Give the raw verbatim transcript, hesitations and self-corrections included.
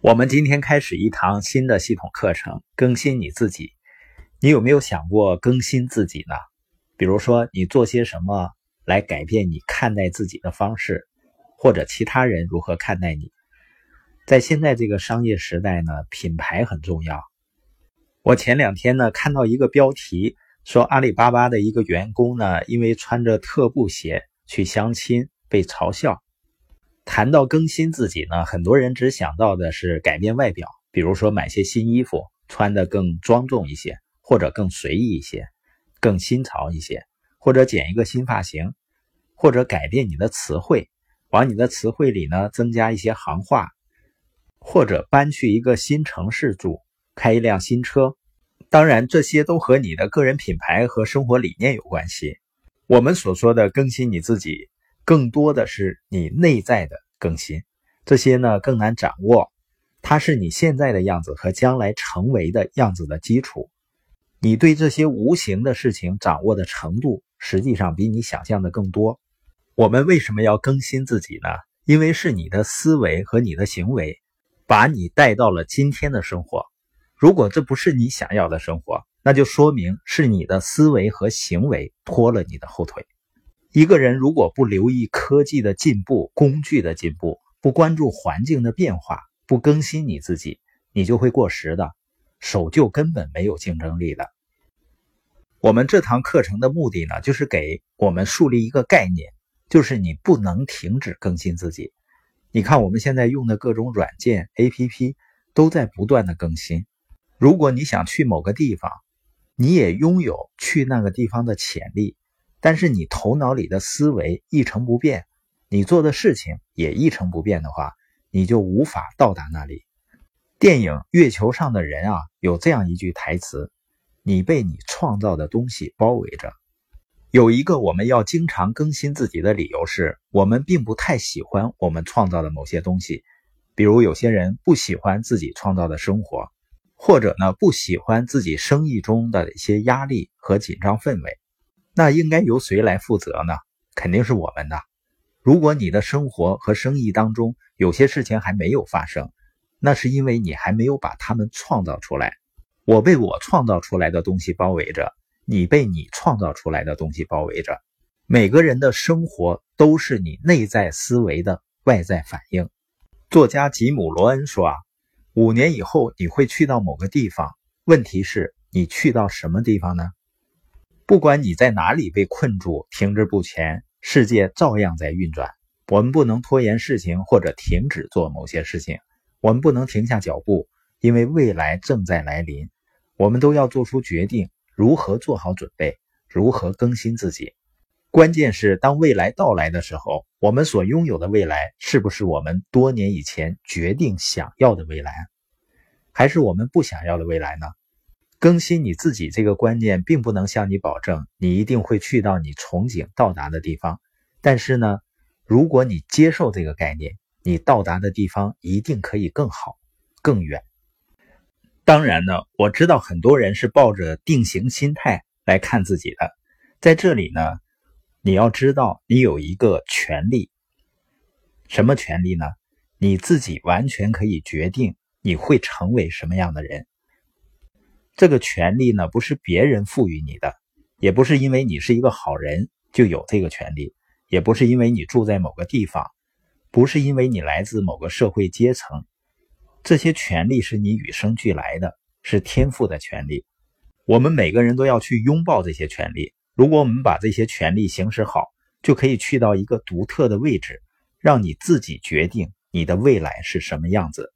我们今天开始一堂新的系统课程，更新你自己。你有没有想过更新自己呢？比如说你做些什么来改变你看待自己的方式，或者其他人如何看待你。在现在这个商业时代呢，品牌很重要。我前两天呢看到一个标题，说阿里巴巴的一个员工呢，因为穿着特步鞋去相亲被嘲笑。谈到更新自己呢，很多人只想到的是改变外表，比如说买些新衣服，穿得更庄重一些，或者更随意一些，更新潮一些，或者剪一个新发型，或者改变你的词汇，往你的词汇里呢增加一些行话，或者搬去一个新城市住，开一辆新车。当然这些都和你的个人品牌和生活理念有关系。我们所说的更新你自己，更多的是你内在的更新，这些呢更难掌握，它是你现在的样子和将来成为的样子的基础。你对这些无形的事情掌握的程度，实际上比你想象的更多。我们为什么要更新自己呢？因为是你的思维和你的行为把你带到了今天的生活。如果这不是你想要的生活，那就说明是你的思维和行为拖了你的后腿。一个人如果不留意科技的进步、工具的进步，不关注环境的变化，不更新你自己，你就会过时的，守旧根本没有竞争力的。我们这堂课程的目的呢，就是给我们树立一个概念，就是你不能停止更新自己。你看我们现在用的各种软件 A P P 都在不断的更新。如果你想去某个地方，你也拥有去那个地方的潜力，但是你头脑里的思维一成不变，你做的事情也一成不变的话，你就无法到达那里。电影《月球上的人》啊，有这样一句台词，你被你创造的东西包围着。有一个我们要经常更新自己的理由是，我们并不太喜欢我们创造的某些东西。比如有些人不喜欢自己创造的生活，或者呢不喜欢自己生意中的一些压力和紧张氛围。那应该由谁来负责呢？肯定是我们的。如果你的生活和生意当中有些事情还没有发生，那是因为你还没有把它们创造出来。我被我创造出来的东西包围着，你被你创造出来的东西包围着。每个人的生活都是你内在思维的外在反应。作家吉姆·罗恩说啊，五年以后你会去到某个地方，问题是你去到什么地方呢？不管你在哪里被困住，停滞不前，世界照样在运转。我们不能拖延事情或者停止做某些事情，我们不能停下脚步，因为未来正在来临。我们都要做出决定，如何做好准备，如何更新自己。关键是当未来到来的时候，我们所拥有的未来是不是我们多年以前决定想要的未来，还是我们不想要的未来呢？更新你自己这个观念并不能向你保证你一定会去到你憧憬到达的地方，但是呢，如果你接受这个概念，你到达的地方一定可以更好、更远。当然呢，我知道很多人是抱着定型心态来看自己的，在这里呢，你要知道你有一个权利。什么权利呢？你自己完全可以决定你会成为什么样的人。这个权利呢，不是别人赋予你的，也不是因为你是一个好人就有这个权利，也不是因为你住在某个地方，不是因为你来自某个社会阶层。这些权利是你与生俱来的，是天赋的权利。我们每个人都要去拥抱这些权利。如果我们把这些权利行使好，就可以去到一个独特的位置，让你自己决定你的未来是什么样子。